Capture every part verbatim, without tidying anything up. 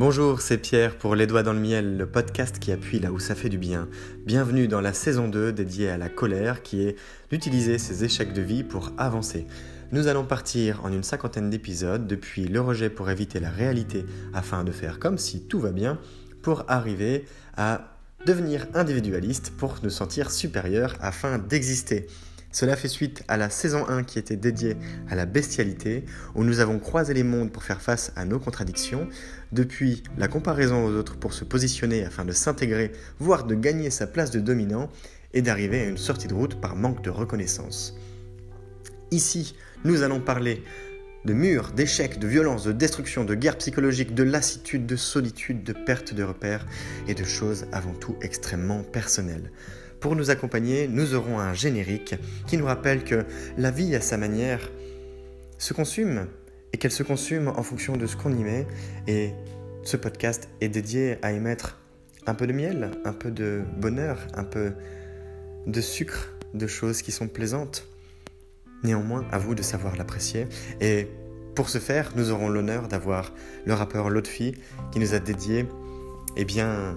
Bonjour, c'est Pierre pour Les Doigts dans le Miel, le podcast qui appuie là où ça fait du bien. Bienvenue dans la saison deux dédiée à la colère qui est d'utiliser ses échecs de vie pour avancer. Nous allons partir en une cinquantaine d'épisodes depuis le rejet pour éviter la réalité afin de faire comme si tout va bien pour arriver à devenir individualiste pour nous sentir supérieurs afin d'exister. Cela fait suite à la saison un qui était dédiée à la bestialité, où nous avons croisé les mondes pour faire face à nos contradictions, depuis la comparaison aux autres pour se positionner afin de s'intégrer, voire de gagner sa place de dominant, et d'arriver à une sortie de route par manque de reconnaissance. Ici, nous allons parler de murs, d'échecs, de violence, de destruction, de guerre psychologique, de lassitude, de solitude, de perte de repères, et de choses avant tout extrêmement personnelles. Pour nous accompagner, nous aurons un générique qui nous rappelle que la vie à sa manière se consume et qu'elle se consume en fonction de ce qu'on y met. Et ce podcast est dédié à y mettre un peu de miel, un peu de bonheur, un peu de sucre, de choses qui sont plaisantes. Néanmoins, à vous de savoir l'apprécier. Et pour ce faire, nous aurons l'honneur d'avoir le rappeur Lotfi qui nous a dédié eh bien,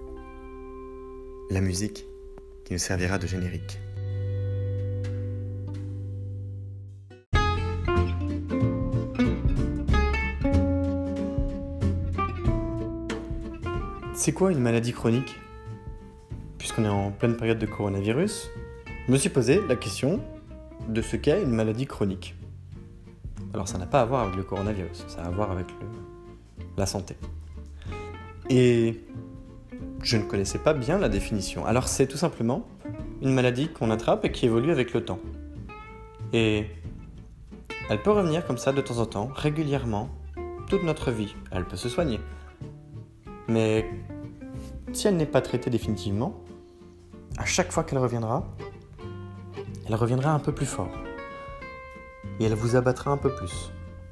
la musique qui nous servira de générique. C'est quoi une maladie chronique ? Puisqu'on est en pleine période de coronavirus, je me suis posé la question de ce qu'est une maladie chronique. Alors ça n'a pas à voir avec le coronavirus, ça a à voir avec le, la santé. Et je ne connaissais pas bien la définition. Alors c'est tout simplement une maladie qu'on attrape et qui évolue avec le temps. Et elle peut revenir comme ça de temps en temps, régulièrement, toute notre vie. Elle peut se soigner. Mais si elle n'est pas traitée définitivement, à chaque fois qu'elle reviendra, elle reviendra un peu plus fort. Et elle vous abattra un peu plus.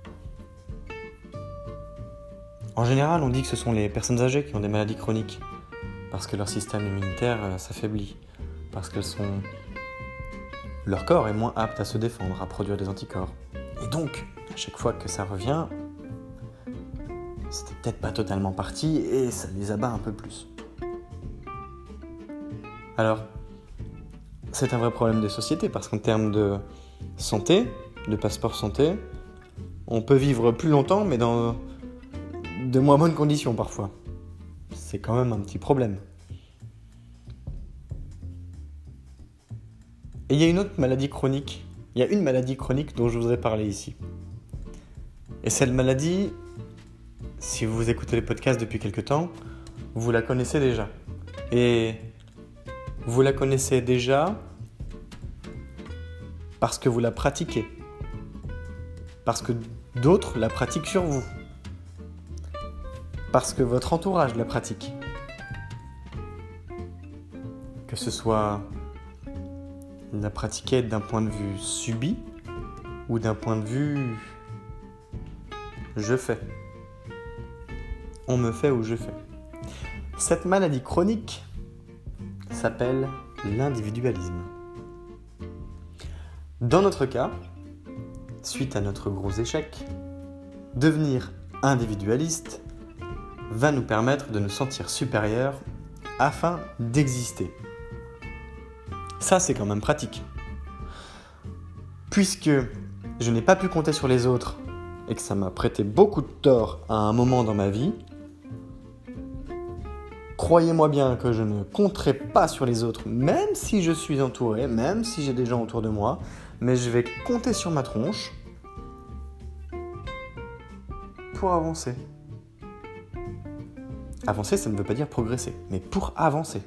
En général, on dit que ce sont les personnes âgées qui ont des maladies chroniques. Parce que leur système immunitaire euh, s'affaiblit, parce que sont... leur corps est moins apte à se défendre, à produire des anticorps. Et donc, à chaque fois que ça revient, c'était peut-être pas totalement parti et ça les abat un peu plus. Alors, c'est un vrai problème de société parce qu'en termes de santé, de passeport santé, on peut vivre plus longtemps mais dans de moins bonnes conditions parfois. C'est quand même un petit problème. Et il y a une autre maladie chronique. Il y a une maladie chronique dont je voudrais parler ici. Et cette maladie, si vous écoutez les podcasts depuis quelque temps, vous la connaissez déjà. Et vous la connaissez déjà parce que vous la pratiquez. Parce que d'autres la pratiquent sur vous. Parce que votre entourage la pratique. Que ce soit la pratiquer d'un point de vue subi ou d'un point de vue je fais. On me fait ou je fais. Cette maladie chronique s'appelle l'individualisme. Dans notre cas, suite à notre gros échec, devenir individualiste va nous permettre de nous sentir supérieurs afin d'exister. Ça, c'est quand même pratique. Puisque je n'ai pas pu compter sur les autres et que ça m'a prêté beaucoup de tort à un moment dans ma vie, croyez-moi bien que je ne compterai pas sur les autres, même si je suis entouré, même si j'ai des gens autour de moi, mais je vais compter sur ma tronche pour avancer. Avancer, ça ne veut pas dire progresser, mais pour avancer.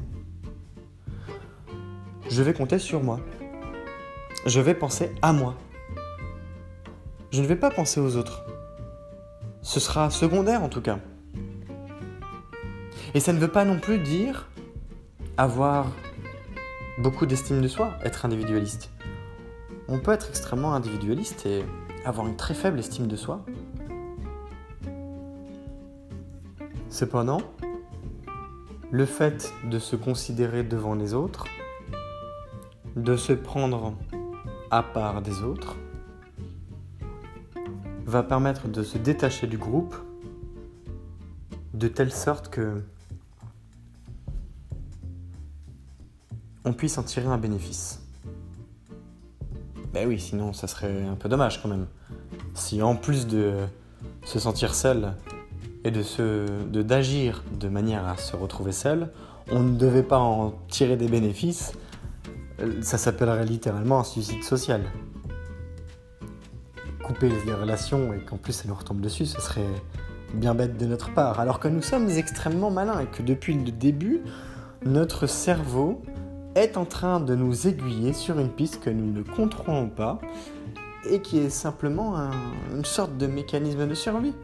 Je vais compter sur moi. Je vais penser à moi. Je ne vais pas penser aux autres. Ce sera secondaire en tout cas. Et ça ne veut pas non plus dire avoir beaucoup d'estime de soi, être individualiste. On peut être extrêmement individualiste et avoir une très faible estime de soi. Cependant, le fait de se considérer devant les autres, de se prendre à part des autres, va permettre de se détacher du groupe, de telle sorte que on puisse en tirer un bénéfice. Ben oui, sinon ça serait un peu dommage quand même. Si en plus de se sentir seul et de, se, de d'agir de manière à se retrouver seul, on ne devait pas en tirer des bénéfices, ça s'appellerait littéralement un suicide social. Couper les relations et qu'en plus ça nous retombe dessus, ce serait bien bête de notre part. Alors que nous sommes extrêmement malins et que depuis le début, notre cerveau est en train de nous aiguiller sur une piste que nous ne contrôlons pas et qui est simplement un, une sorte de mécanisme de survie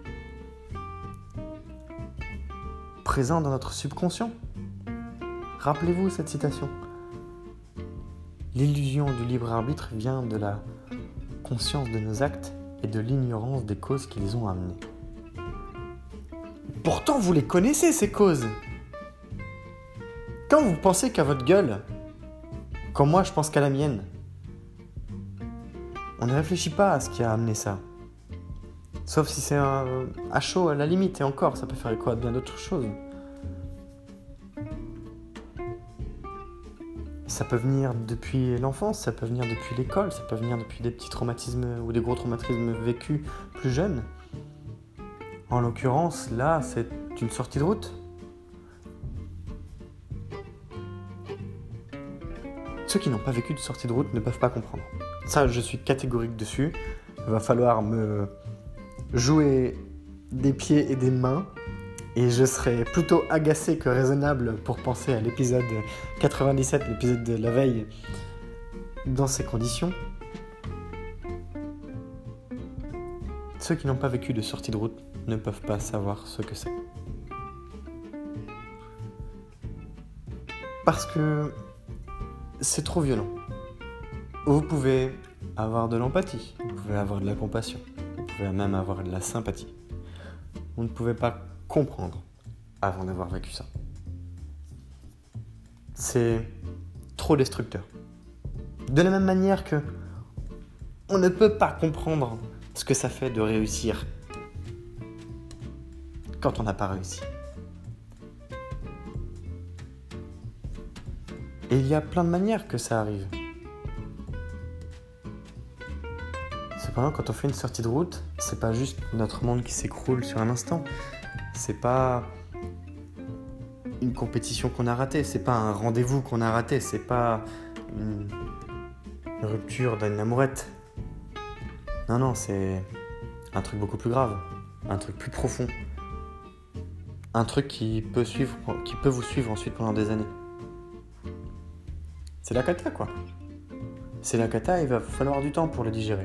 présent dans notre subconscient. Rappelez-vous cette citation. L'illusion du libre arbitre vient de la conscience de nos actes et de l'ignorance des causes qui les ont amenés. Pourtant, vous les connaissez, ces causes. Quand vous pensez qu'à votre gueule, comme moi je pense qu'à la mienne, on ne réfléchit pas à ce qui a amené ça. Sauf si c'est un, à chaud à la limite, et encore, ça peut faire écho à bien d'autres choses. Ça peut venir depuis l'enfance, ça peut venir depuis l'école, ça peut venir depuis des petits traumatismes ou des gros traumatismes vécus plus jeunes. En l'occurrence, là, c'est une sortie de route. Ceux qui n'ont pas vécu de sortie de route ne peuvent pas comprendre. Ça, je suis catégorique dessus. Il va falloir me jouer des pieds et des mains. Et je serai plutôt agacé que raisonnable pour penser à l'épisode quatre-vingt-dix-sept, l'épisode de la veille, dans ces conditions. Ceux qui n'ont pas vécu de sortie de route ne peuvent pas savoir ce que c'est. Parce que c'est trop violent. Vous pouvez avoir de l'empathie, vous pouvez avoir de la compassion, vous pouvez même avoir de la sympathie. Vous ne pouvez pas comprendre avant d'avoir vécu ça. C'est trop destructeur. De la même manière que on ne peut pas comprendre ce que ça fait de réussir quand on n'a pas réussi. Et il y a plein de manières que ça arrive. Cependant, quand on fait une sortie de route, c'est pas juste notre monde qui s'écroule sur un instant. C'est pas une compétition qu'on a ratée, c'est pas un rendez-vous qu'on a raté, c'est pas une rupture d'une amourette. Non, non, c'est un truc beaucoup plus grave, un truc plus profond. Un truc qui peut suivre, qui peut vous suivre ensuite pendant des années. C'est la cata, quoi. C'est la cata, il va falloir du temps pour le digérer.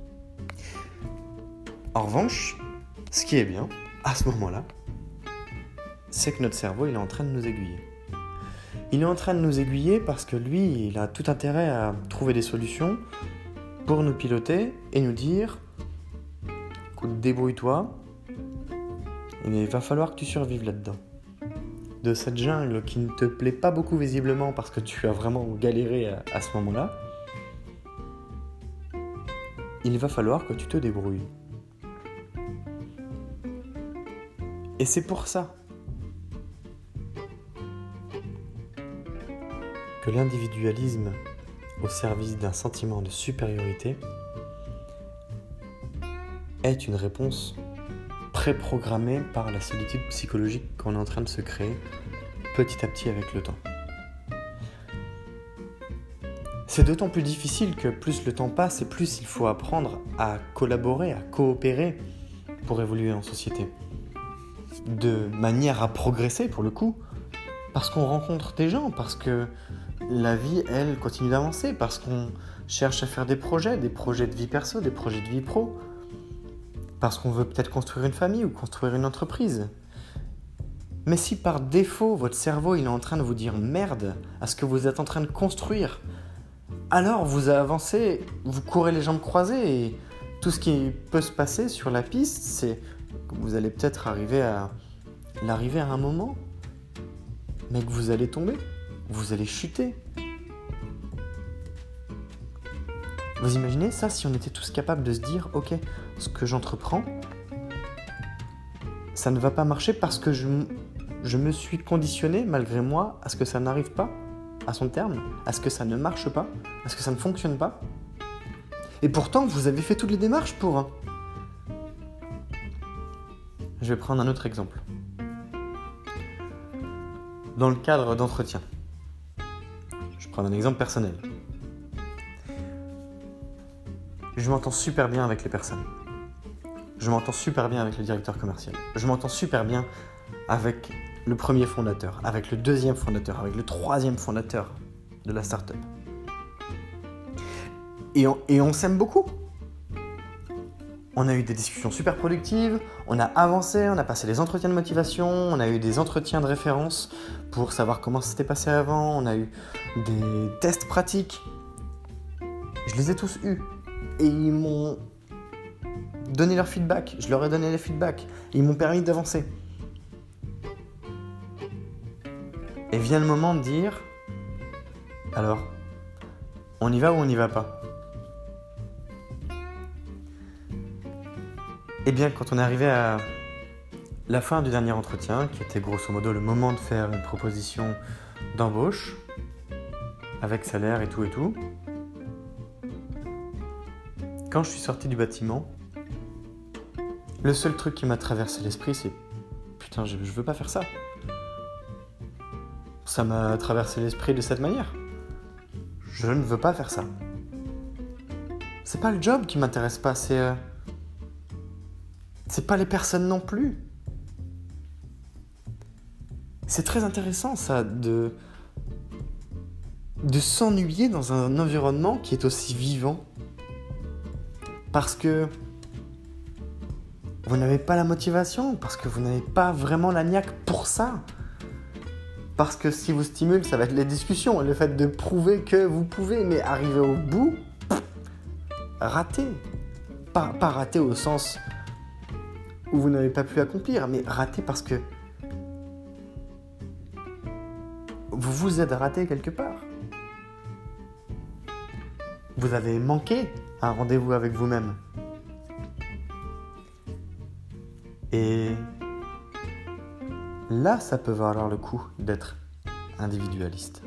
En revanche, ce qui est bien, à ce moment-là, c'est que notre cerveau, il est en train de nous aiguiller. Il est en train de nous aiguiller parce que lui, il a tout intérêt à trouver des solutions pour nous piloter et nous dire « Écoute, débrouille-toi, et il va falloir que tu survives là-dedans. » De cette jungle qui ne te plaît pas beaucoup visiblement parce que tu as vraiment galéré à, à ce moment-là, il va falloir que tu te débrouilles. Et c'est pour ça que l'individualisme au service d'un sentiment de supériorité est une réponse préprogrammée par la solitude psychologique qu'on est en train de se créer petit à petit avec le temps. C'est d'autant plus difficile que plus le temps passe et plus il faut apprendre à collaborer, à coopérer pour évoluer en société. De manière à progresser pour le coup, parce qu'on rencontre des gens, parce que la vie, elle, continue d'avancer, parce qu'on cherche à faire des projets, des projets de vie perso, des projets de vie pro, parce qu'on veut peut-être construire une famille ou construire une entreprise. Mais si par défaut, votre cerveau il est en train de vous dire merde à ce que vous êtes en train de construire, alors vous avancez, vous courez les jambes croisées et tout ce qui peut se passer sur la piste, c'est que vous allez peut-être arriver à l'arriver à un moment, mais que vous allez tomber, vous allez chuter. Vous imaginez ça si on était tous capables de se dire « Ok, ce que j'entreprends, ça ne va pas marcher parce que je, je me suis conditionné, malgré moi, à ce que ça n'arrive pas à son terme, à ce que ça ne marche pas, à ce que ça ne fonctionne pas. Et pourtant, vous avez fait toutes les démarches pour... Je vais prendre un autre exemple. Dans le cadre d'entretien, je prends un exemple personnel. Je m'entends super bien avec les personnes. Je m'entends super bien avec le directeur commercial. Je m'entends super bien avec le premier fondateur, avec le deuxième fondateur, avec le troisième fondateur de la start-up. Et on, et on s'aime beaucoup. On a eu des discussions super productives, on a avancé, on a passé des entretiens de motivation, on a eu des entretiens de référence pour savoir comment ça s'était passé avant, on a eu des tests pratiques. Je les ai tous eus. Et ils m'ont donné leur feedback, je leur ai donné les feedbacks, ils m'ont permis d'avancer. Et vient le moment de dire, alors, on y va ou on n'y va pas ? Eh bien, quand on est arrivé à la fin du dernier entretien, qui était grosso modo le moment de faire une proposition d'embauche, avec salaire et tout et tout, quand je suis sorti du bâtiment, le seul truc qui m'a traversé l'esprit, c'est « Putain, je, je veux pas faire ça ». Ça m'a traversé l'esprit de cette manière. Je ne veux pas faire ça. C'est pas le job qui m'intéresse pas, c'est... Euh, c'est pas les personnes non plus. C'est très intéressant, ça, de... de s'ennuyer dans un environnement qui est aussi vivant. Parce que vous n'avez pas la motivation, parce que vous n'avez pas vraiment la niaque pour ça. Parce que ce qui vous stimule, ça va être les discussions, le fait de prouver que vous pouvez, mais arriver au bout, raté. Pas, pas raté au sens où vous n'avez pas pu accomplir, mais raté parce que vous vous êtes raté quelque part. Vous avez manqué un rendez-vous avec vous-même. Et là, ça peut valoir le coup d'être individualiste.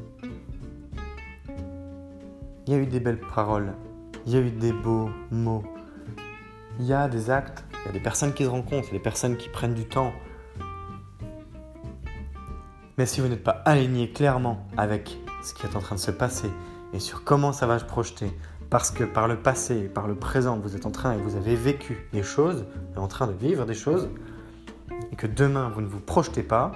Il y a eu des belles paroles, il y a eu des beaux mots, il y a des actes, il y a des personnes qui se rencontrent, des personnes qui prennent du temps. Mais si vous n'êtes pas aligné clairement avec ce qui est en train de se passer et sur comment ça va se projeter, parce que par le passé et par le présent, vous êtes en train et vous avez vécu des choses, et en train de vivre des choses, et que demain, vous ne vous projetez pas,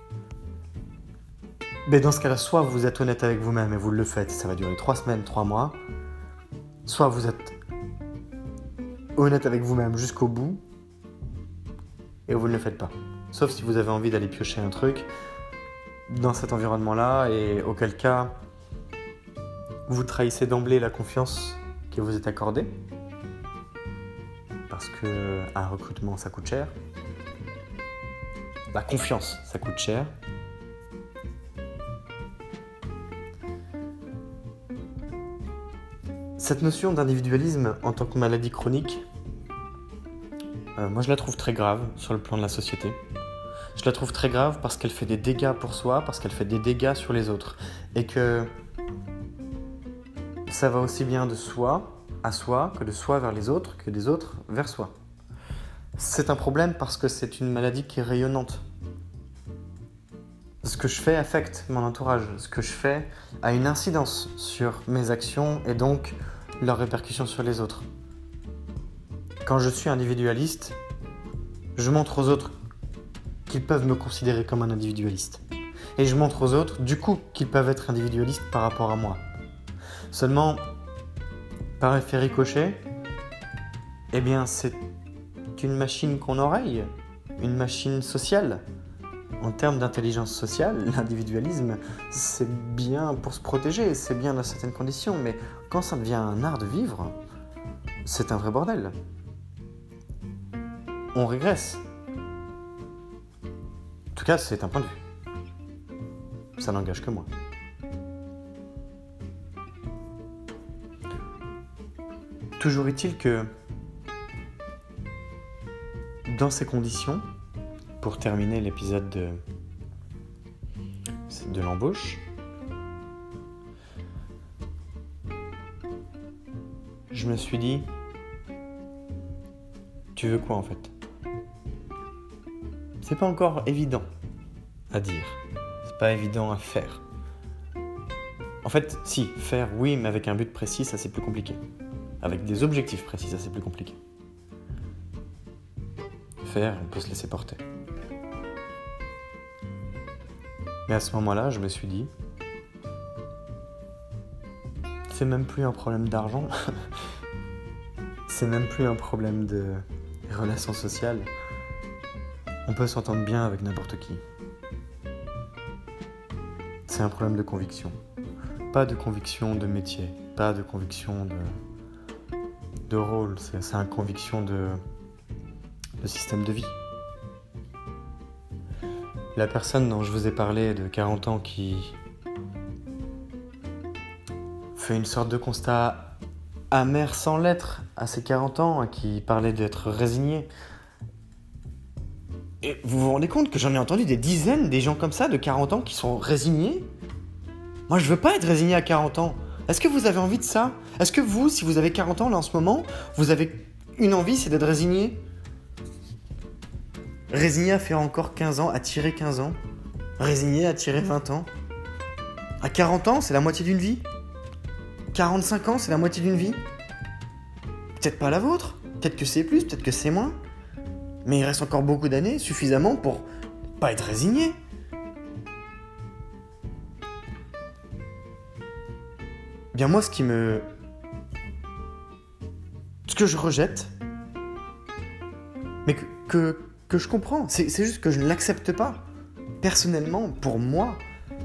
mais dans ce cas-là, soit vous êtes honnête avec vous-même et vous le faites, ça va durer trois semaines, trois mois, soit vous êtes honnête avec vous-même jusqu'au bout, et vous ne le faites pas. Sauf si vous avez envie d'aller piocher un truc dans cet environnement-là, et auquel cas, vous trahissez d'emblée la confiance que vous êtes accordée, parce qu'un recrutement, ça coûte cher. La confiance, ça coûte cher. Cette notion d'individualisme en tant que maladie chronique, euh, moi je la trouve très grave sur le plan de la société. Je la trouve très grave parce qu'elle fait des dégâts pour soi, parce qu'elle fait des dégâts sur les autres. Et que ça va aussi bien de soi à soi, que de soi vers les autres, que des autres vers soi. C'est un problème parce que c'est une maladie qui est rayonnante. Ce que je fais affecte mon entourage. Ce que je fais a une incidence sur mes actions et donc leurs répercussions sur les autres. Quand je suis individualiste, je montre aux autres qu'ils peuvent me considérer comme un individualiste. Et je montre aux autres, du coup, qu'ils peuvent être individualistes par rapport à moi. Seulement, par effet ricochet, eh bien, c'est une machine qu'on oreille, une machine sociale. En termes d'intelligence sociale, l'individualisme, c'est bien pour se protéger, c'est bien dans certaines conditions, mais quand ça devient un art de vivre, c'est un vrai bordel. On régresse. En tout cas, c'est un point de vue. Ça n'engage que moi. Toujours est-il que, dans ces conditions, pour terminer l'épisode de, de l'embauche, je me suis dit, tu veux quoi en fait ? C'est pas encore évident à dire, c'est pas évident à faire. En fait, si, faire oui, mais avec un but précis, ça c'est plus compliqué. Avec des objectifs précis, ça c'est plus compliqué. Faire, on peut se laisser porter. Mais à ce moment-là, je me suis dit, c'est même plus un problème d'argent, c'est même plus un problème de relations sociales. On peut s'entendre bien avec n'importe qui. C'est un problème de conviction. Pas de conviction de métier, pas de conviction de, de rôle, c'est, c'est une conviction de, de système de vie. La personne dont je vous ai parlé de quarante ans qui fait une sorte de constat amer sans lettres à ses quarante ans, qui parlait d'être résigné. Et vous vous rendez compte que j'en ai entendu des dizaines, des gens comme ça de quarante ans qui sont résignés ? Moi, je veux pas être résigné à quarante ans. Est-ce que vous avez envie de ça ? Est-ce que vous, si vous avez quarante ans là en ce moment, vous avez une envie, c'est d'être résigné ? Résigné à faire encore quinze ans, à tirer quinze ans. Résigné à tirer vingt ans. À quarante ans, c'est la moitié d'une vie. quarante-cinq ans, c'est la moitié d'une vie. Peut-être pas la vôtre, peut-être que c'est plus, peut-être que c'est moins. Mais il reste encore beaucoup d'années, suffisamment pour pas être résigné. Bien moi, ce qui me... Ce que je rejette, mais que, que, que je comprends, c'est, c'est juste que je ne l'accepte pas. Personnellement, pour moi,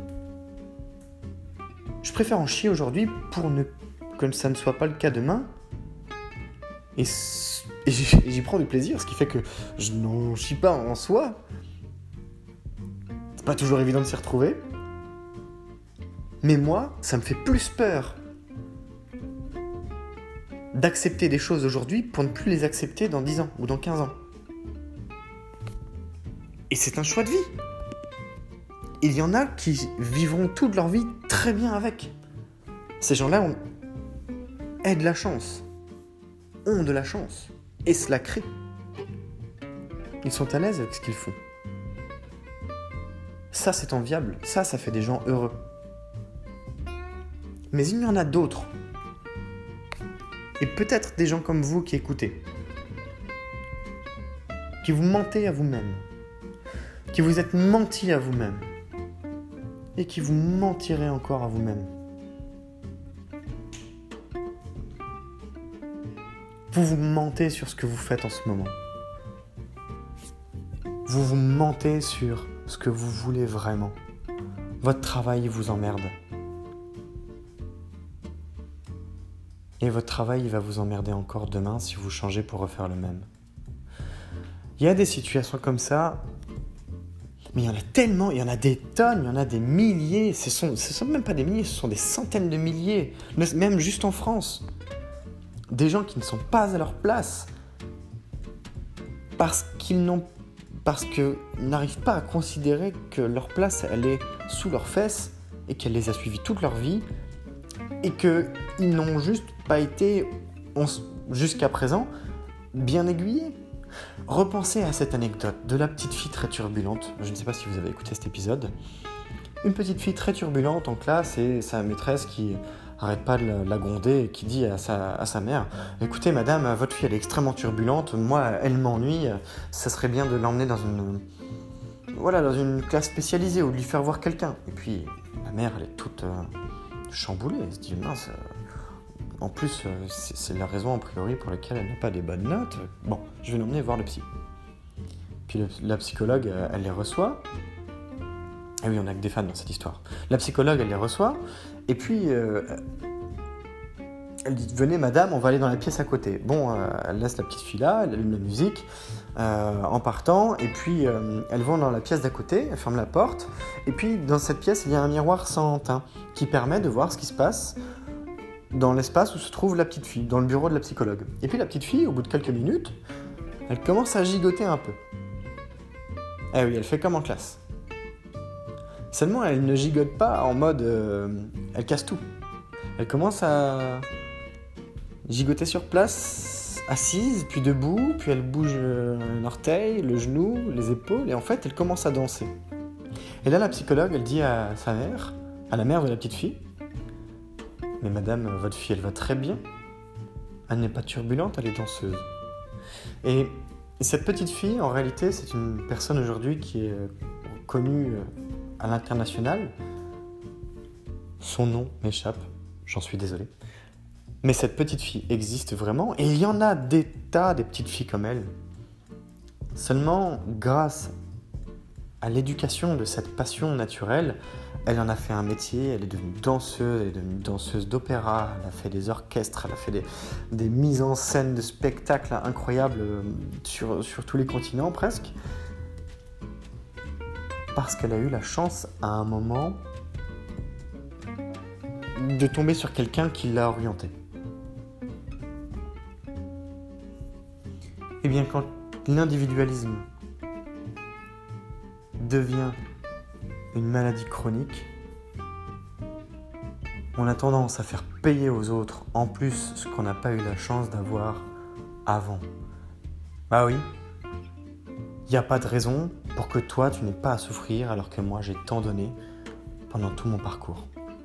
je préfère en chier aujourd'hui pour ne... que ça ne soit pas le cas demain. Et, et j'y, j'y prends du plaisir, ce qui fait que je n'en chie pas en soi. C'est pas toujours évident de s'y retrouver. Mais moi, ça me fait plus peur d'accepter des choses aujourd'hui pour ne plus les accepter dans dix ans ou dans quinze ans. Et c'est un choix de vie. Il y en a qui vivront toute leur vie très bien avec. Ces gens-là ont... aient de la chance, ont de la chance, et se la créent. Ils sont à l'aise avec ce qu'ils font. Ça, c'est enviable. Ça, ça fait des gens heureux. Mais il y en a d'autres. Et peut-être des gens comme vous qui écoutez, qui vous mentez à vous-même, qui vous êtes menti à vous-même, et qui vous mentirez encore à vous-même. Vous vous mentez sur ce que vous faites en ce moment. Vous vous mentez sur ce que vous voulez vraiment. Votre travail vous emmerde. Et votre travail, il va vous emmerder encore demain si vous changez pour refaire le même. Il y a des situations comme ça, mais il y en a tellement, il y en a des tonnes, il y en a des milliers. Ce sont, ce sont même pas des milliers, ce sont des centaines de milliers, même juste en France. Des gens qui ne sont pas à leur place parce qu'ils n'ont, parce qu'ils n'arrivent pas à considérer que leur place, elle est sous leurs fesses et qu'elle les a suivis toute leur vie et qu'ils n'ont juste pas été, jusqu'à présent, bien aiguillés. Repensez à cette anecdote de la petite fille très turbulente. Je ne sais pas si vous avez écouté cet épisode. Une petite fille très turbulente en classe et sa maîtresse qui arrête pas de la, la gronder et qui dit à sa, à sa mère « Écoutez madame, votre fille elle est extrêmement turbulente, moi elle m'ennuie, ça serait bien de l'emmener dans une, voilà, dans une classe spécialisée ou de lui faire voir quelqu'un. » Et puis la mère elle est toute euh, chamboulée, elle se dit « Mince, euh, en plus euh, c'est, c'est la raison a priori pour laquelle elle n'a pas des bonnes notes, bon, je vais l'emmener voir le psy. » Puis le, la psychologue euh, elle les reçoit. Ah oui, on n'a que des fans dans cette histoire. La psychologue, elle les reçoit, et puis euh, elle dit « Venez madame, on va aller dans la pièce à côté. » Bon, euh, elle laisse la petite fille là, elle allume la musique euh, en partant, et puis euh, elles vont dans la pièce d'à côté, elles ferment la porte, et puis dans cette pièce, il y a un miroir sans teint qui permet de voir ce qui se passe dans l'espace où se trouve la petite fille, dans le bureau de la psychologue. Et puis la petite fille, au bout de quelques minutes, elle commence à gigoter un peu. Eh oui, elle fait comme en classe. Seulement, elle ne gigote pas en mode... Euh, elle casse tout. Elle commence à gigoter sur place, assise, puis debout, puis elle bouge un orteil, le genou, les épaules, et en fait, elle commence à danser. Et là, la psychologue, elle dit à sa mère, à la mère de la petite fille, « Mais madame, votre fille, elle va très bien. Elle n'est pas turbulente, elle est danseuse. » Et cette petite fille, en réalité, c'est une personne aujourd'hui qui est connue à l'international. Son nom m'échappe, j'en suis désolé. Mais cette petite fille existe vraiment, et il y en a des tas des petites filles comme elle. Seulement, grâce à l'éducation de cette passion naturelle, elle en a fait un métier, elle est devenue danseuse, elle est devenue danseuse d'opéra, elle a fait des orchestres, elle a fait des, des mises en scène de spectacles incroyables sur, sur tous les continents presque. Parce qu'elle a eu la chance à un moment de tomber sur quelqu'un qui l'a orientée. Eh bien, quand l'individualisme devient une maladie chronique, on a tendance à faire payer aux autres en plus ce qu'on n'a pas eu la chance d'avoir avant. Bah oui, il n'y a pas de raison pour que toi tu n'aies pas à souffrir alors que moi j'ai tant donné pendant tout mon parcours.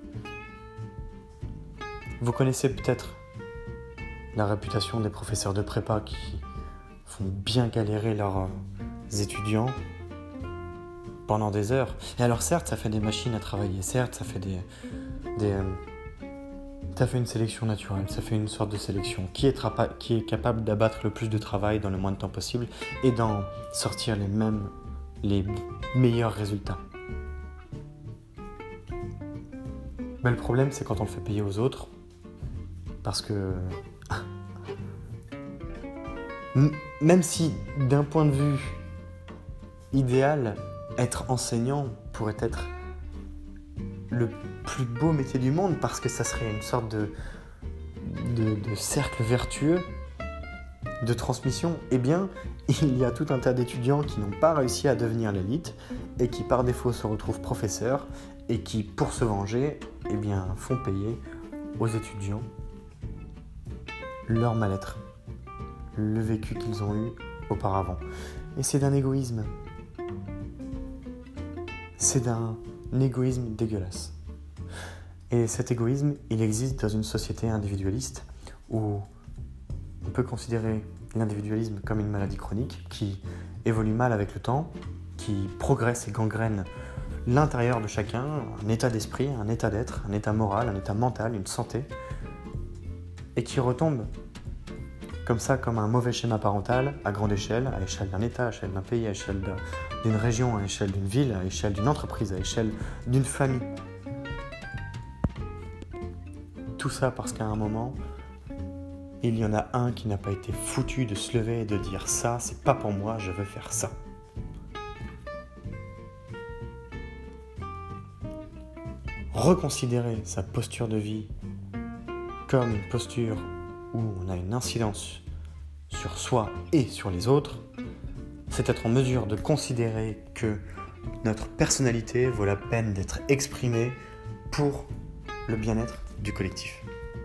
Vous connaissez peut-être la réputation des professeurs de prépa qui font bien galérer leurs étudiants pendant des heures. Et alors certes, ça fait des machines à travailler, certes, ça fait des... des euh, ça fait une sélection naturelle, ça fait une sorte de sélection qui est, trapa- qui est capable d'abattre le plus de travail dans le moins de temps possible et d'en sortir les mêmes, les meilleurs résultats. Mais le problème, c'est quand on le fait payer aux autres, parce que... Même si, d'un point de vue idéal, être enseignant pourrait être le plus beau métier du monde parce que ça serait une sorte de, de, de cercle vertueux de transmission, eh bien, il y a tout un tas d'étudiants qui n'ont pas réussi à devenir l'élite et qui par défaut se retrouvent professeurs et qui, pour se venger, eh bien, font payer aux étudiants leur mal-être, le vécu qu'ils ont eu auparavant. Et c'est d'un égoïsme. C'est d'un égoïsme dégueulasse. Et cet égoïsme, il existe dans une société individualiste où on peut considérer l'individualisme comme une maladie chronique qui évolue mal avec le temps, qui progresse et gangrène l'intérieur de chacun, un état d'esprit, un état d'être, un état moral, un état mental, une santé, et qui retombe comme ça, comme un mauvais schéma parental, à grande échelle, à l'échelle d'un État, à l'échelle d'un pays, à l'échelle d'une région, à l'échelle d'une ville, à l'échelle d'une entreprise, à l'échelle d'une famille. Tout ça parce qu'à un moment, il y en a un qui n'a pas été foutu de se lever et de dire « ça, c'est pas pour moi, je veux faire ça ». Reconsidérer sa posture de vie comme une posture où on a une incidence sur soi et sur les autres, c'est être en mesure de considérer que notre personnalité vaut la peine d'être exprimée pour le bien-être du collectif.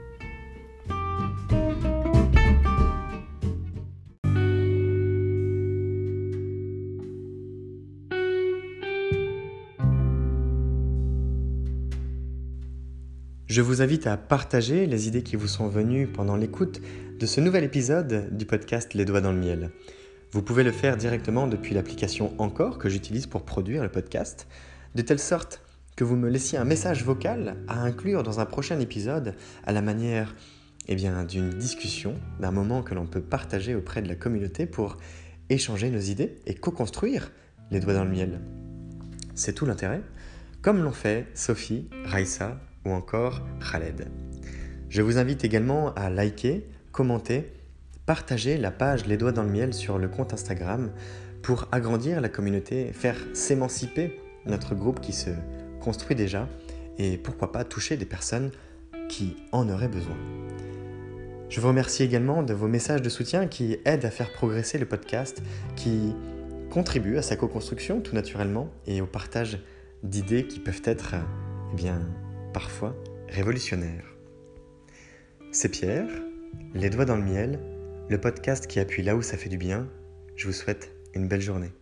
Je vous invite à partager les idées qui vous sont venues pendant l'écoute de ce nouvel épisode du podcast Les Doigts dans le Miel. Vous pouvez le faire directement depuis l'application Encore que j'utilise pour produire le podcast, de telle sorte que vous me laissiez un message vocal à inclure dans un prochain épisode à la manière eh bien, d'une discussion, d'un moment que l'on peut partager auprès de la communauté pour échanger nos idées et co-construire Les Doigts dans le Miel. C'est tout l'intérêt, comme l'ont fait Sophie, Raissa ou encore Khaled. Je vous invite également à liker, commenter, partager la page Les Doigts dans le Miel sur le compte Instagram pour agrandir la communauté, faire s'émanciper notre groupe qui se construit déjà et pourquoi pas toucher des personnes qui en auraient besoin. Je vous remercie également de vos messages de soutien qui aident à faire progresser le podcast, qui contribue à sa co-construction tout naturellement et au partage d'idées qui peuvent être, eh bien, parfois révolutionnaires. C'est Pierre, Les Doigts dans le Miel, le podcast qui appuie là où ça fait du bien. Je vous souhaite une belle journée.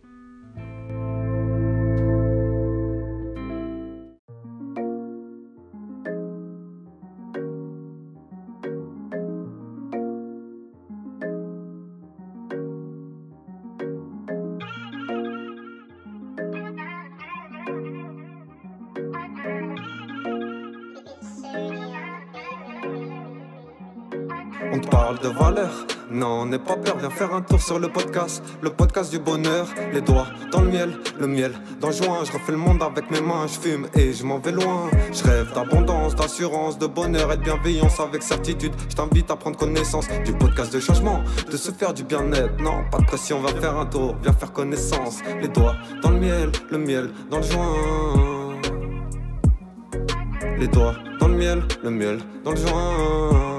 On te parle de valeur, non, n'aie pas peur, viens faire un tour sur le podcast. Le podcast du bonheur, les doigts dans le miel, le miel dans le joint. Je refais le monde avec mes mains, je fume et je m'en vais loin. Je rêve d'abondance, d'assurance, de bonheur et de bienveillance avec certitude. Je t'invite à prendre connaissance du podcast de changement, de se faire du bien-être. Non, pas de pression, viens faire un tour, viens faire connaissance. Les doigts dans le miel, le miel dans le joint. Les doigts dans le miel, le miel dans le joint.